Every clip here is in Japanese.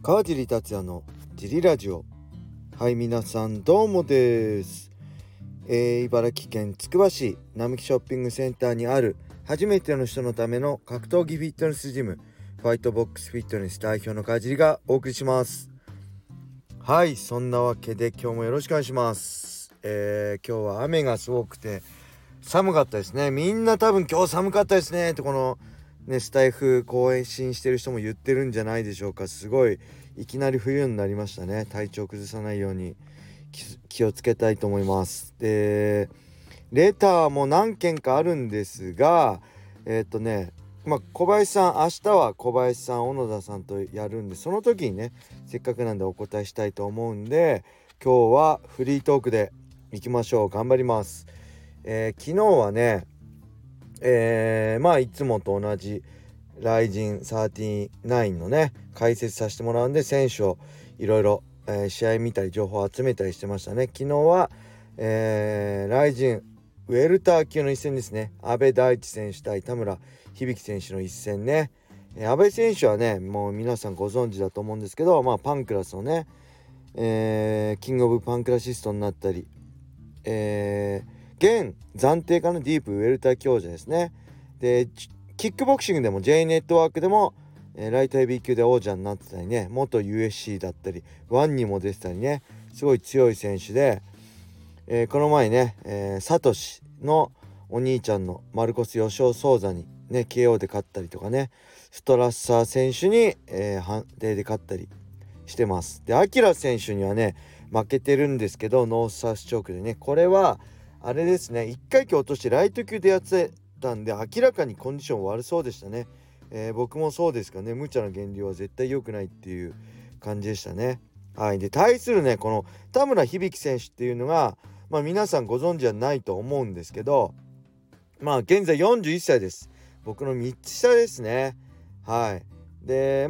川尻達也のジリラジオ。はい、皆さんどうもです。茨城県つくば市並木ショッピングセンターにある初めての人のための格闘技フィットネスジム、ファイトボックスフィットネス代表の川尻がお送りします。はい、そんなわけで今日もよろしくお願いします。今日は雨がすごくて寒かったですね。みんな多分今日寒かったですねってこのね、スタイフ更新してる人も言ってるんじゃないでしょうか。すごいいきなり冬になりましたね。体調崩さないように気をつけたいと思います。で、レターも何件かあるんですが、小林さん、明日は小林さん、小野田さんとやるんで、その時にね、せっかくなんでお答えしたいと思うんで、今日はフリートークでいきましょう。頑張ります。昨日はね、いつもと同じライジン39のね解説させてもらうんで、選手をいろいろ試合見たり情報を集めたりしてましたね。昨日は、ライジンウェルター級の一戦ですね。阿部大地選手対田村響選手の一戦ね。阿部選手はねもう皆さんご存知だと思うんですけど、パンクラスのね、キングオブパンクラシストになったり、現暫定家のディープウェルター強者ですね。でキックボクシングでも J ネットワークでも、ライトヘビー級で王者になってたりね、元 USC だったりワンにも出てたりね、すごい強い選手で、この前ね、サトシのお兄ちゃんのマルコス・ヨシオ・ソーザにね KO で勝ったりとかね、ストラッサー選手に、判定で勝ったりしてます。でアキラ選手にはね負けてるんですけど、ノースサウスチョークでね、これはあれですね、1階級落としてライト級でやってたんで明らかにコンディション悪そうでしたね。僕もそうですかね、無茶な減量は絶対良くないっていう感じでしたね。はい。で対するねこの田村響選手っていうのが皆さんご存知はないと思うんですけど、現在41歳です。僕の3つ下ですね。はい。で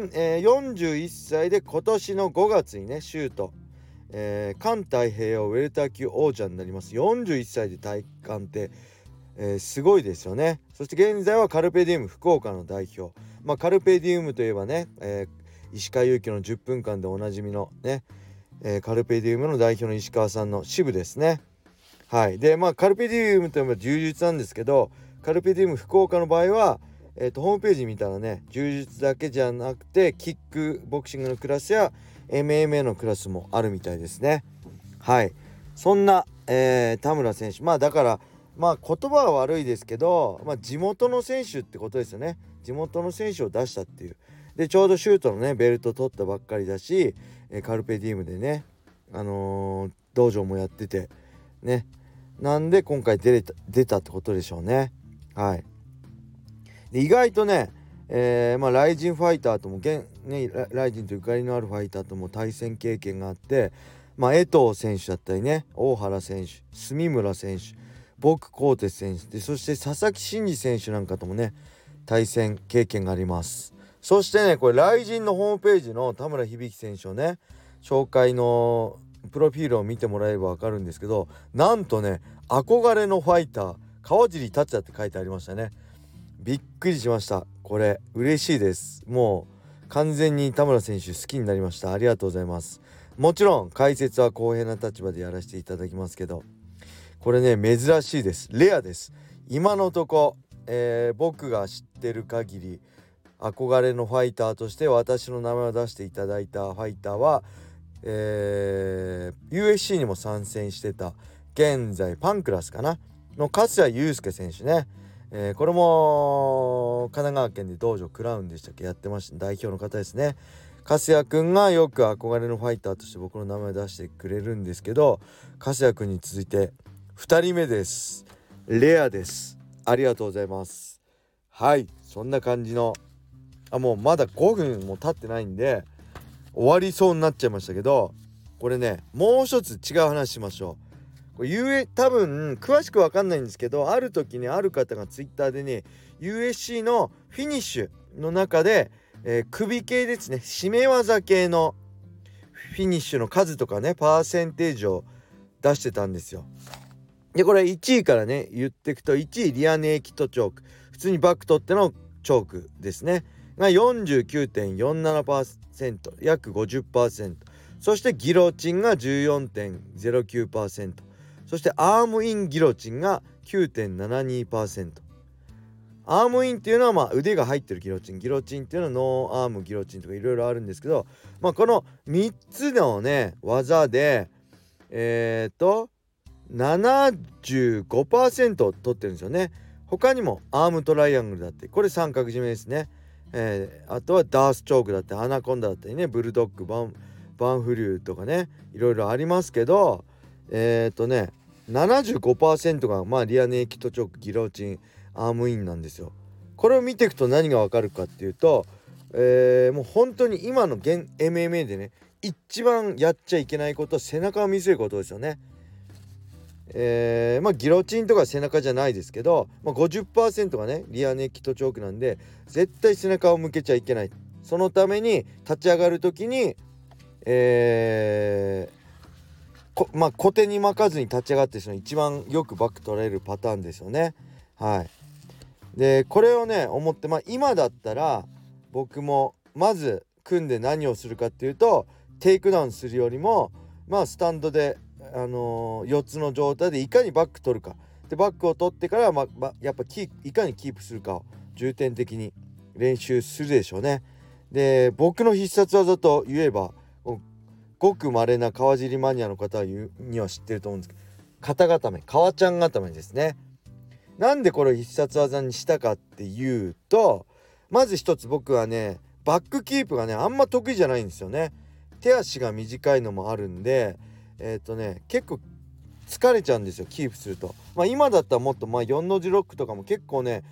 41歳で今年の5月にねシュート、環太平洋ウェルター級王者になります。41歳で体感って、すごいですよね。そして現在はカルペディウム福岡の代表、カルペディウムといえばね、石川祐希の10分間でおなじみのね、カルペディウムの代表の石川さんの支部ですね。はい。でカルペディウムといえば柔術なんですけど、カルペディウム福岡の場合はホームページ見たらね、柔術だけじゃなくてキックボクシングのクラスや MMA のクラスもあるみたいですね。はい。そんな、田村選手、だから言葉は悪いですけど、地元の選手ってことですよね。地元の選手を出したっていう。でちょうどシュートのねベルト取ったばっかりだし、カルペディウムでね道場もやっててね、なんで今回出たってことでしょうね。はい。で意外とね、ライジンファイターともライジンとゆかりのあるファイターとも対戦経験があって、江藤選手だったりね、大原選手、住村選手、僕コーテス選手で、そして佐々木真司選手なんかともね対戦経験があります。そしてねこれライジンのホームページの田村響選手をね紹介のプロフィールを見てもらえれば分かるんですけど、なんとね憧れのファイター川尻達也って書いてありましたね。びっくりしました。これ嬉しいです。もう完全に田村選手好きになりました。ありがとうございます。もちろん解説は公平な立場でやらせていただきますけど、これね珍しいです。レアです。今のとこ、僕が知ってる限り憧れのファイターとして私の名前を出していただいたファイターは、USC にも参戦してた現在パンクラスかなの粕谷祐介選手ね、これも神奈川県で道場クラウンでしたっけやってました、代表の方ですね。粕谷くんがよく憧れのファイターとして僕の名前を出してくれるんですけど、粕谷くんに続いて2人目です。レアです。ありがとうございます。はい、そんな感じのもうまだ5分も経ってないんで終わりそうになっちゃいましたけど、これねもう一つ違う話しましょう。これ多分詳しく分かんないんですけど、ある時にある方がツイッターでね USC のフィニッシュの中で、首系ですね、締め技系のフィニッシュの数とかねパーセンテージを出してたんですよ。でこれ1位からね言っていくと、1位リアネイキッドチョーク、普通にバック取ってのチョークですね。 が 49.47%、 約 50%、 そしてギロチンが 14.09%、 そしてアームインギロチンが 9.72%。 アームインっていうのは腕が入ってるギロチン、ギロチンっていうのはノーアームギロチンとかいろいろあるんですけど、この3つのね技で75% 取ってるんですよね。他にもアームトライアングルだって、これ三角締めですね。あとはダースチョークだって、アナコンダだったりね、ブルドッグ、バンフリューとかね、いろいろありますけど、75% がリアネイキッドチョーク、ギロチン、アームインなんですよ。これを見ていくと何がわかるかっていうと、もう本当に今の現 MMA でね一番やっちゃいけないことは背中を見せることですよね。ギロチンとか背中じゃないですけど、50% がねリアネキッドチョークなんで、絶対背中を向けちゃいけない。そのために立ち上がる時に小手に巻かずに立ち上がってる人が一番よくバック取れるパターンですよね。はい。でこれをね思って、今だったら僕もまず組んで何をするかっていうと、テイクダウンするよりもスタンドで4つの状態でいかにバック取るかで、バックを取ってから、やっぱいかにキープするかを重点的に練習するでしょうね。で僕の必殺技といえば、ごく稀な川尻マニアの方には知ってると思うんですけど、肩固め、川ちゃん固めですね。なんでこれを必殺技にしたかっていうと、まず一つ僕はねバックキープがねあんま得意じゃないんですよね。手足が短いのもあるんで結構疲れちゃうんですよ、キープすると。今だったらもっと4の字ロックとかも結構ね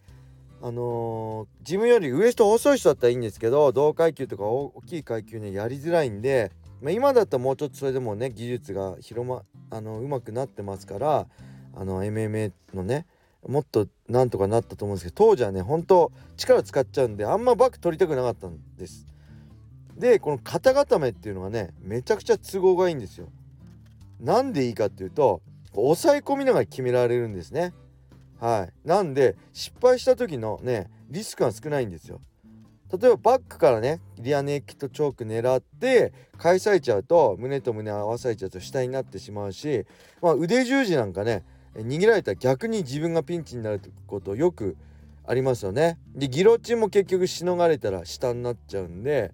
自分よりウエスト細い人だったらいいんですけど、同階級とか大きい階級ねやりづらいんで、今だったらもうちょっとそれでもね技術がうまくなってますから、MMA のねもっとなんとかなったと思うんですけど、当時はね本当力使っちゃうんであんまバック取りたくなかったんです。でこの肩固めっていうのがねめちゃくちゃ都合がいいんですよ。なんでいいかっていうと、抑え込みながら決められるんですね。はい。なんで失敗した時のねリスクが少ないんですよ。例えばバックからねリアネイキッドチョーク狙って返されちゃうと、胸と胸合わされちゃうと下になってしまうし、腕十字なんかね逃げられたら逆に自分がピンチになることよくありますよね。でギロチンも結局しのがれたら下になっちゃうんで、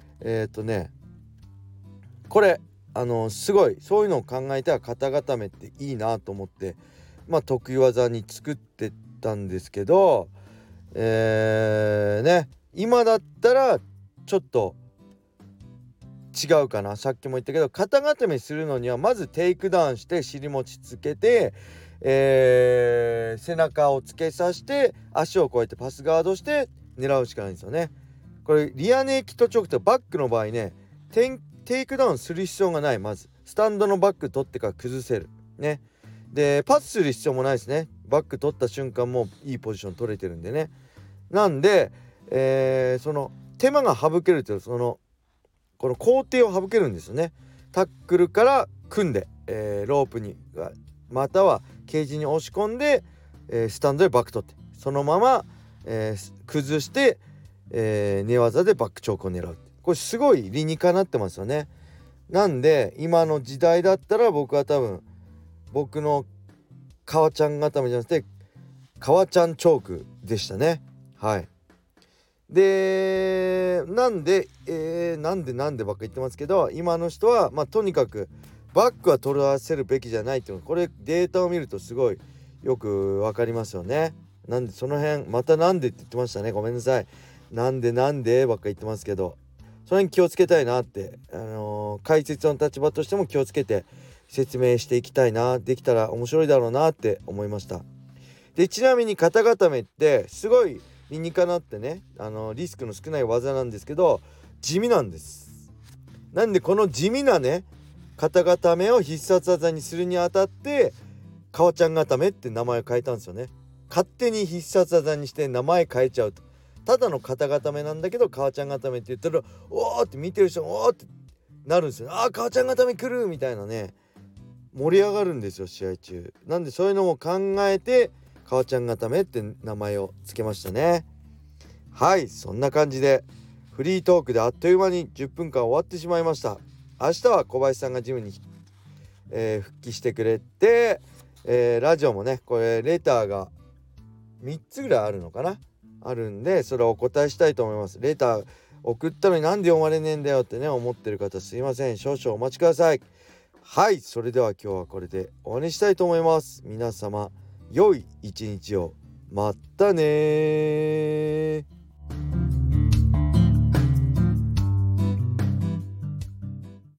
これすごいそういうのを考えたら肩固めっていいなと思って、得意技に作ってったんですけど、今だったらちょっと違うかな。さっきも言ったけど肩固めするのにはまずテイクダウンして尻餅つけて、背中をつけさせて足をこうやってパスガードして狙うしかないんですよね。これリアネイキッドチョークとバックの場合ねテイクダウンする必要がない。まずスタンドのバック取ってから崩せるね。でパスする必要もないですね。バック取った瞬間もいいポジション取れてるんでね。なんで、その手間が省けるというこの工程を省けるんですよね。タックルから組んで、ロープにまたはケージに押し込んで、スタンドでバック取ってそのまま、崩して、寝技でバックチョークを狙う。これすごい理にかなってますよね。なんで今の時代だったら僕は多分僕の革ちゃん固めじゃなくて革ちゃんチョークでしたね。はい。でなんでばっか言ってますけど、今の人はとにかくバックは取らせるべきじゃないっていうの、これデータを見るとすごいよくわかりますよね。なんでその辺またなんでって言ってましたね。ごめんなさい。なんでばっか言ってますけど、それに気をつけたいなって、解説の立場としても気をつけて説明していきたいな、できたら面白いだろうなって思いました。でちなみに肩固めってすごい理にかなってねリスクの少ない技なんですけど地味なんです。なんでこの地味なね肩固めを必殺技にするにあたって川ちゃん固めって名前を変えたんですよね。勝手に必殺技にして名前変えちゃうと、ただの肩固めなんだけど川ちゃん固めって言ったらおーって見てる人おーってなるんですよ。あー川ちゃん固め来るみたいなね、盛り上がるんですよ試合中。なんでそういうのも考えて川ちゃん固めって名前をつけましたね。 はい、そんな感じでフリートークであっという間に10分間終わってしまいました。明日は小林さんがジムに、復帰してくれて、ラジオもねこれレターが3つぐらいあるのかな、あるんでそれをお答えしたいと思います。レター送ったのになんで読まれねえんだよってね思ってる方すいません、少々お待ちください。はい、それでは今日はこれで終わりにしたいと思います。皆様良い一日を。まったねー。